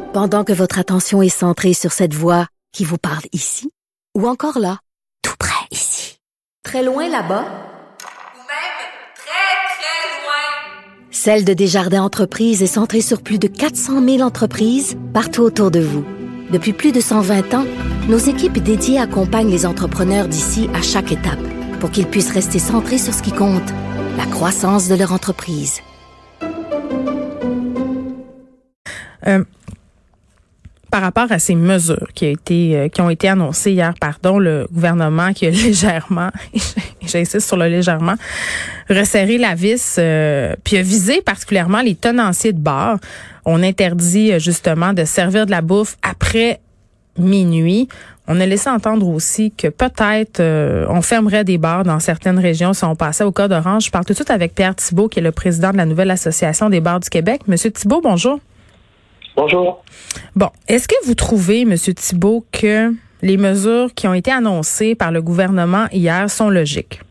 Pendant que votre attention est centrée sur cette voix qui vous parle ici, ou encore là, tout près ici, très loin là-bas, ou même très, très loin. Celle de Desjardins Entreprises est centrée sur plus de 400 000 entreprises partout autour de vous. Depuis plus de 120 ans, nos équipes dédiées accompagnent les entrepreneurs d'ici à chaque étape pour qu'ils puissent rester centrés sur ce qui compte, la croissance de leur entreprise. Par rapport à ces mesures qui ont été annoncées hier, le gouvernement qui a légèrement, j'insiste sur le légèrement, resserré la vis, puis a visé particulièrement les tenanciers de bars. On interdit justement de servir de la bouffe après minuit. On a laissé entendre aussi que peut-être on fermerait des bars dans certaines régions si on passait au code orange. Je parle tout de suite avec Pierre Thibault, qui est le président de la nouvelle Association des bars du Québec. Monsieur Thibault, bonjour. Bonjour. Bon, est-ce que vous trouvez, Monsieur Thibault, que les mesures qui ont été annoncées par le gouvernement hier sont logiques?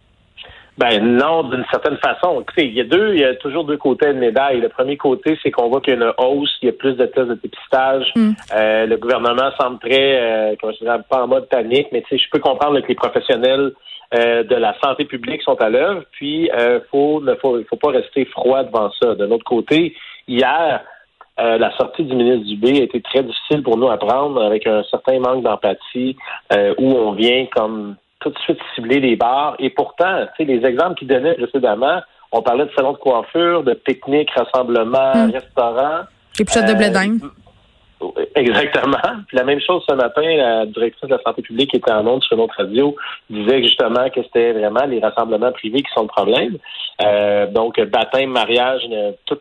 Ben non, d'une certaine façon. Écoutez, il y a toujours deux côtés de médaille. Le premier côté, c'est qu'on voit qu'il y a une hausse, il y a plus de tests de dépistage. Le gouvernement semble très, pas en mode panique, mais tu sais, je peux comprendre que les professionnels de la santé publique sont à l'œuvre. Puis, il faut pas rester froid devant ça. De l'autre côté, hier, la sortie du ministre Dubé a été très difficile pour nous à prendre, avec un certain manque d'empathie, où on vient comme tout de suite cibler les bars. Et pourtant, tu sais, les exemples qu'il donnait précédemment, on parlait de salons de coiffure, de pique-nique, rassemblements, restaurants. Et puis de blé d'Inde. Exactement. Puis la même chose ce matin, la directrice de la santé publique qui était en ondes sur notre radio disait justement que c'était vraiment les rassemblements privés qui sont le problème. Donc baptême, mariage, toutes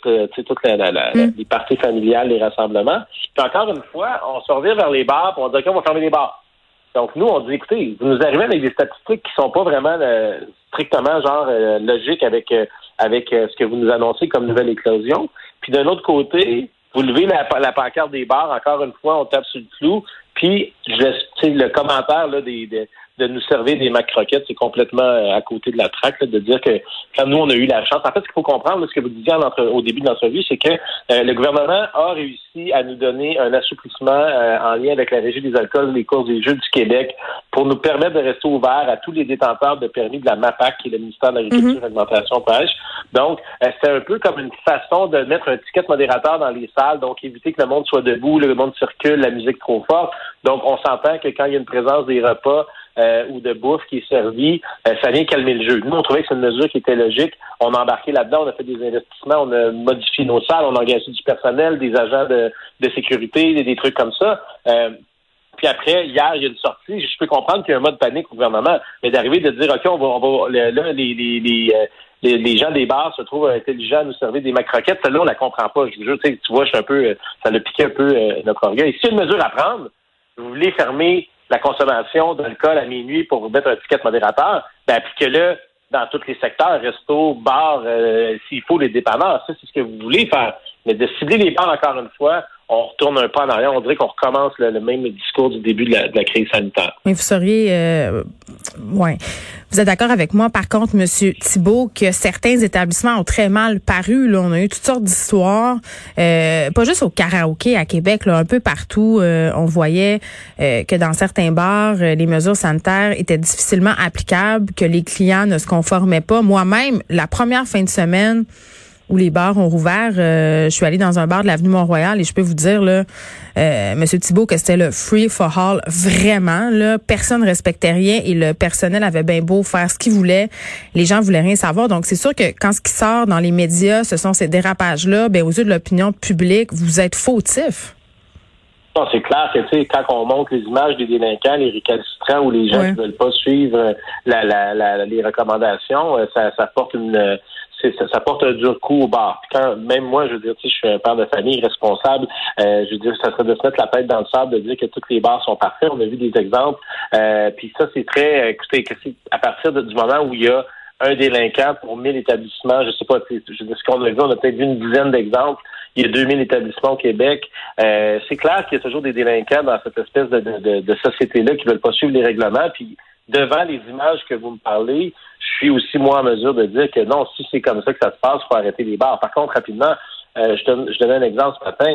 les parties familiales, les rassemblements. Puis encore une fois, on se revient vers les bars, puis on dit OK, on va fermer les bars. Donc nous, on dit écoutez, vous nous arrivez avec des statistiques qui sont pas vraiment strictement logiques avec ce que vous nous annoncez comme nouvelle éclosion. Puis d'un autre côté, vous levez la pancarte des bars, encore une fois, on tape sur le clou, puis le commentaire là, de nous servir des mac-croquettes, c'est complètement à côté de la traque, là, de dire que quand nous, on a eu la chance. En fait, ce qu'il faut comprendre, là, ce que vous disiez au début de l'entrevue, c'est que le gouvernement a réussi à nous donner un assouplissement en lien avec la Régie des alcools, les courses des jeux du Québec, pour nous permettre de rester ouverts à tous les détenteurs de permis de la MAPAC, qui est le ministère de l'Agriculture, Alimentation, Pêche. Donc, c'est un peu comme une façon de mettre un ticket modérateur dans les salles, donc éviter que le monde soit debout, le monde circule, la musique trop forte. Donc, on s'entend que quand il y a une présence des repas ou de bouffe qui est servie, ça vient calmer le jeu. Nous, on trouvait que c'est une mesure qui était logique. On a embarqué là-dedans, on a fait des investissements, on a modifié nos salles, on a engagé du personnel, des agents de sécurité, des trucs comme ça. Puis après, hier, il y a une sortie. Je peux comprendre qu'il y a un mode panique au gouvernement, mais d'arriver de dire, OK, les gens des bars se trouvent intelligents à nous servir des mac-croquettes. Celle-là, on la comprend pas. Je vous jure, tu vois, je suis un peu, ça l'a piqué un peu notre orgueil. Si une mesure à prendre, vous voulez fermer la consommation d'alcool à minuit pour vous mettre un ticket modérateur, ben appliquez-le dans tous les secteurs, restos, bars, s'il faut, les dépanneurs. Ça, c'est ce que vous voulez faire. Mais de cibler les bars, encore une fois, on retourne un pas en arrière. On dirait qu'on recommence le même discours du début de la crise sanitaire. Mais vous seriez... Vous êtes d'accord avec moi, par contre, Monsieur Thibault, que certains établissements ont très mal paru. Là, on a eu toutes sortes d'histoires, pas juste au karaoké à Québec, là, un peu partout. On voyait que dans certains bars, les mesures sanitaires étaient difficilement applicables, que les clients ne se conformaient pas. Moi-même, la première fin de semaine où les bars ont rouvert, je suis allée dans un bar de l'avenue Mont-Royal et je peux vous dire, là, Monsieur Thibault, que c'était le free for all. Vraiment, là, personne respectait rien et le personnel avait bien beau faire ce qu'il voulait. Les gens voulaient rien savoir. Donc, c'est sûr que quand ce qui sort dans les médias, ce sont ces dérapages-là, aux yeux de l'opinion publique, vous êtes fautif. Non, c'est clair que, tu sais, quand on montre les images des délinquants, les récalcitrants ou les gens qui veulent pas suivre les recommandations, ça porte ça porte un dur coup au bar. Puis quand même moi, je veux dire, tu sais, je suis un père de famille responsable, je veux dire, ça serait de se mettre la tête dans le sable de dire que tous les bars sont parfaits. On a vu des exemples. Puis ça, c'est très, écoutez, que c'est à partir du moment où il y a un délinquant pour 1000 établissements, je sais pas, je veux dire, ce qu'on a vu, on a peut-être vu une dizaine d'exemples. Il y a 2000 établissements au Québec. C'est clair qu'il y a toujours des délinquants dans cette espèce de société-là qui veulent pas suivre les règlements. Puis devant les images que vous me parlez, je suis aussi, moi, en mesure de dire que non, si c'est comme ça que ça se passe, il faut arrêter les bars. Par contre, rapidement, je donnais un exemple ce matin.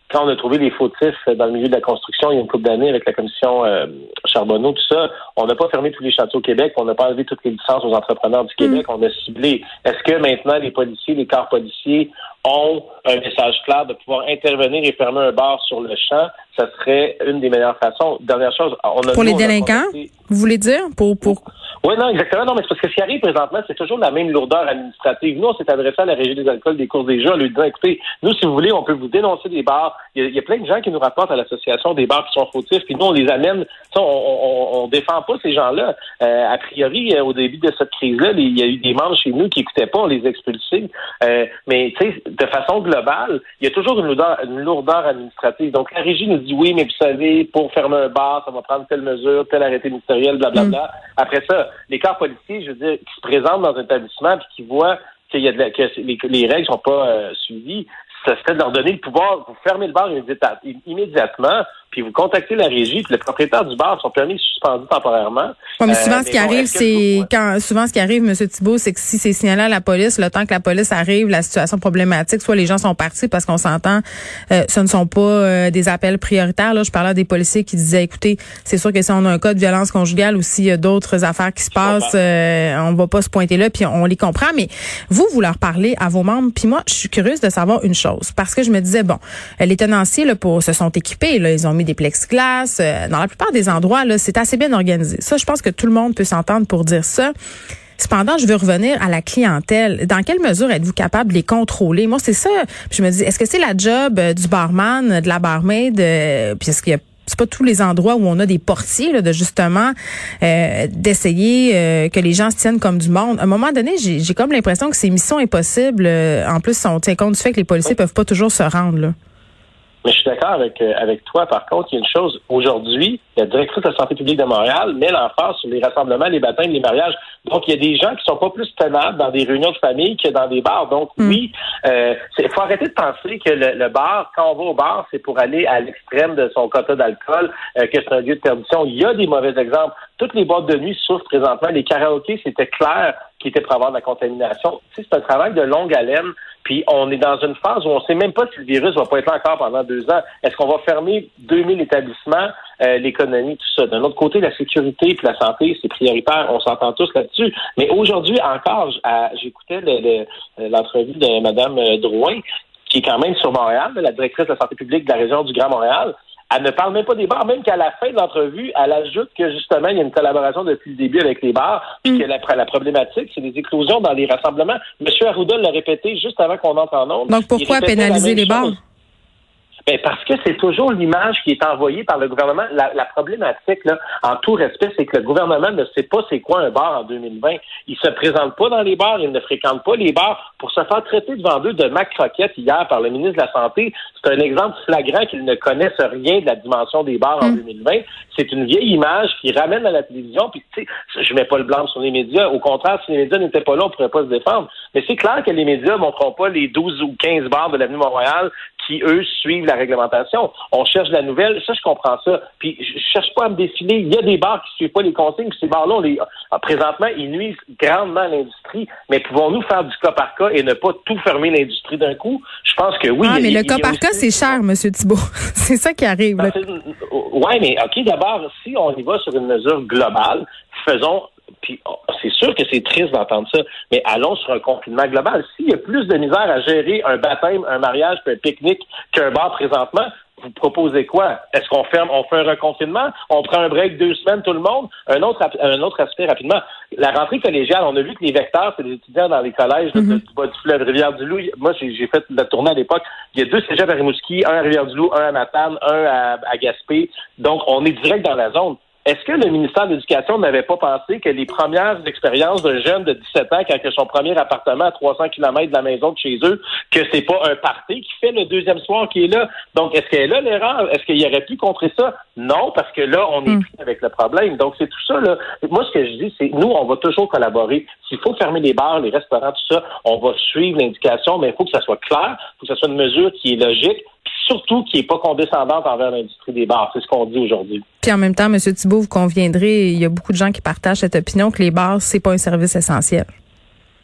quand on a trouvé les fautifs dans le milieu de la construction il y a une couple d'années avec la commission Charbonneau, tout ça, on n'a pas fermé tous les chantiers au Québec, on n'a pas enlevé toutes les licences aux entrepreneurs du Québec, on a ciblé. Est-ce que maintenant les policiers, les corps policiers ont un message clair de pouvoir intervenir et fermer un bar sur le champ? Ça serait une des meilleures façons. Dernière chose, pour les délinquants, vous voulez dire? Oui, non, exactement. Non, mais c'est parce que ce qui arrive présentement, c'est toujours la même lourdeur administrative. Nous, on s'est adressé à la Régie des alcools des courses des jeux en lui disant, écoutez, nous, si vous voulez, on peut vous dénoncer des bars. Il y a plein de gens qui nous rapportent à l'association des bars qui sont fautifs, puis nous, on les amène. On défend pas ces gens-là. A priori, au début de cette crise-là, il y a eu des membres chez nous qui écoutaient pas, on les expulsait. Mais, tu sais, de façon globale, il y a toujours une lourdeur administrative. Donc, la Régie nous dit, oui, mais vous savez, pour fermer un bar, ça va prendre telle mesure, tel arrêté ministériel, blablabla. Après ça, les corps policiers, je veux dire, qui se présentent dans un établissement puis qui voient que les règles sont pas suivies, ça serait de leur donner le pouvoir, vous fermez le bar immédiatement, puis vous contactez la régie, puis le propriétaire du bar, son permis est suspendu temporairement. Ouais, mais souvent, ce qui arrive, M. Thibault, c'est que si c'est signalé à la police, le temps que la police arrive, la situation problématique, soit les gens sont partis parce qu'on s'entend, ce ne sont pas des appels prioritaires. Là, je parlais à des policiers qui disaient, écoutez, c'est sûr que si on a un cas de violence conjugale ou s'il y a d'autres affaires qui se passent, on va pas se pointer là, puis on les comprend. Mais vous leur parlez à vos membres, puis moi, je suis curieuse de savoir une chose, parce que je me disais, bon, les tenanciers là, se sont équipés, là, ils ont mis des plexiglas. Dans la plupart des endroits, là, c'est assez bien organisé. Ça, je pense que tout le monde peut s'entendre pour dire ça. Cependant, je veux revenir à la clientèle. Dans quelle mesure êtes-vous capable de les contrôler? Moi, c'est ça. Je me dis, est-ce que c'est la job du barman, de la barmaid, puis est-ce qu'il y a c'est pas tous les endroits où on a des portiers là, de justement d'essayer que les gens se tiennent comme du monde. À un moment donné, j'ai comme l'impression que c'est mission impossible. En plus, on tient compte du fait que les policiers peuvent pas toujours se rendre là. Mais je suis d'accord avec toi. Par contre, il y a une chose. Aujourd'hui, la directrice de la santé publique de Montréal met l'emphase sur les rassemblements, les baptêmes, les mariages. Donc, il y a des gens qui sont pas plus tenables dans des réunions de famille que dans des bars. Donc, oui, faut arrêter de penser que le bar, quand on va au bar, c'est pour aller à l'extrême de son quota d'alcool, que c'est un lieu de perdition. Il y a des mauvais exemples. Toutes les boîtes de nuit souffrent présentement. Les karaokés, c'était clair qu'ils étaient pour avoir de la contamination. Tu sais, c'est un travail de longue haleine. Puis on est dans une phase où on ne sait même pas si le virus va pas être là encore pendant 2 ans. Est-ce qu'on va fermer 2000 établissements, l'économie, tout ça? D'un autre côté, la sécurité et la santé, c'est prioritaire. On s'entend tous là-dessus. Mais aujourd'hui encore, j'écoutais l'entrevue de Mme Drouin, qui est quand même sur Montréal, la directrice de la santé publique de la région du Grand Montréal. Elle ne parle même pas des bars, même qu'à la fin de l'entrevue, elle ajoute que justement, il y a une collaboration depuis le début avec les bars, puis que la problématique, c'est des éclosions dans les rassemblements. M. Arruda l'a répété juste avant qu'on entre en ondes. Donc pourquoi pénaliser les bars? Ben parce que c'est toujours l'image qui est envoyée par le gouvernement. La problématique, là, en tout respect, c'est que le gouvernement ne sait pas c'est quoi un bar en 2020. Il se présente pas dans les bars, il ne fréquente pas les bars pour se faire traiter devant eux de macroquette hier par le ministre de la Santé. C'est un exemple flagrant qu'ils ne connaissent rien de la dimension des bars en 2020. C'est une vieille image qui ramène à la télévision. Puis tu sais, je mets pas le blâme sur les médias. Au contraire, si les médias n'étaient pas là, on pourrait pas se défendre. Mais c'est clair que les médias ne montreront pas les 12 ou 15 bars de l'avenue Mont-Royal qui, eux, suivent la réglementation. On cherche la nouvelle. Ça, je comprends ça. Puis, je cherche pas à me défiler. Il y a des bars qui suivent pas les consignes. Puis ces bars-là, présentement, ils nuisent grandement à l'industrie. Mais pouvons-nous faire du cas par cas et ne pas tout fermer l'industrie d'un coup? Je pense que oui. Mais le cas par cas, c'est cher, M. Thibault. C'est ça qui arrive. Oui, mais OK, d'abord, si on y va sur une mesure globale, faisons... Puis c'est sûr que c'est triste d'entendre ça, mais allons sur un confinement global. S'il y a plus de misère à gérer un baptême, un mariage, puis un pique-nique qu'un bar présentement, vous proposez quoi? Est-ce qu'on fait un reconfinement? On prend un break 2 semaines, tout le monde? Un autre aspect rapidement. La rentrée collégiale, on a vu que les vecteurs, c'est des étudiants dans les collèges du bas du fleuve Rivière-du-Loup. Moi, j'ai fait la tournée à l'époque. Il y a 2 cégeps à Rimouski, un à Rivière-du-Loup, un à Matane, un à Gaspé. Donc, on est direct dans la zone. Est-ce que le ministère de l'Éducation n'avait pas pensé que les premières expériences d'un jeune de 17 ans, quand il a son premier appartement à 300 km de la maison de chez eux, que c'est pas un party qui fait le deuxième soir qui est là? Donc, est-ce qu'elle est là l'erreur? Est-ce qu'il aurait pu contrer ça? Non, parce que là, on est pris avec le problème. Donc, c'est tout ça, là. Moi, ce que je dis, c'est, nous, on va toujours collaborer. S'il faut fermer les bars, les restaurants, tout ça, on va suivre l'indication, mais il faut que ça soit clair, il faut que ça soit une mesure qui est logique, surtout qui n'est pas condescendante envers l'industrie des bars. C'est ce qu'on dit aujourd'hui. Puis en même temps, M. Thibault, vous conviendrez, il y a beaucoup de gens qui partagent cette opinion que les bars, c'est pas un service essentiel.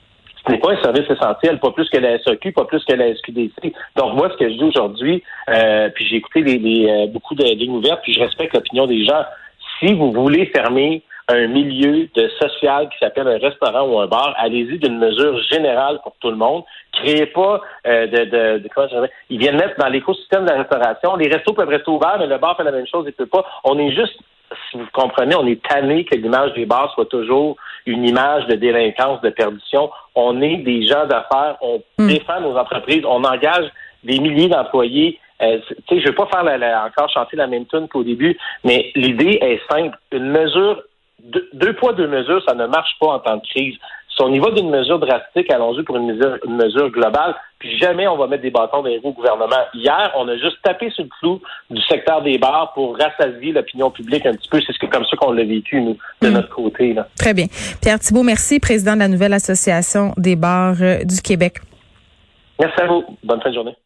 Ce n'est pas un service essentiel, pas plus que la SAQ, pas plus que la SQDC. Donc moi, ce que je dis aujourd'hui, puis j'ai écouté beaucoup de lignes ouvertes, puis je respecte l'opinion des gens. Si vous voulez fermer un milieu de social qui s'appelle un restaurant ou un bar, allez-y d'une mesure générale pour tout le monde. Créez pas ils viennent mettre dans l'écosystème de la restauration. Les restos peuvent rester ouverts, mais le bar fait la même chose, il peut pas. On est juste, si vous comprenez, on est tanné que l'image des bars soit toujours une image de délinquance, de perdition. On est des gens d'affaires, on défend nos entreprises, on engage des milliers d'employés. Je veux pas faire encore chanter la même tune qu'au début, mais l'idée est simple. Une mesure, deux poids, deux mesures, ça ne marche pas en temps de crise. Si on y va d'une mesure drastique, allons-y pour une mesure globale, puis jamais on va mettre des bâtons dans les roues au gouvernement. Hier, on a juste tapé sur le clou du secteur des bars pour rassasier l'opinion publique un petit peu. C'est comme ça qu'on l'a vécu, nous, de notre côté, là. Très bien. Pierre Thibault, merci, président de la nouvelle Association des bars du Québec. Merci à vous. Bonne fin de journée.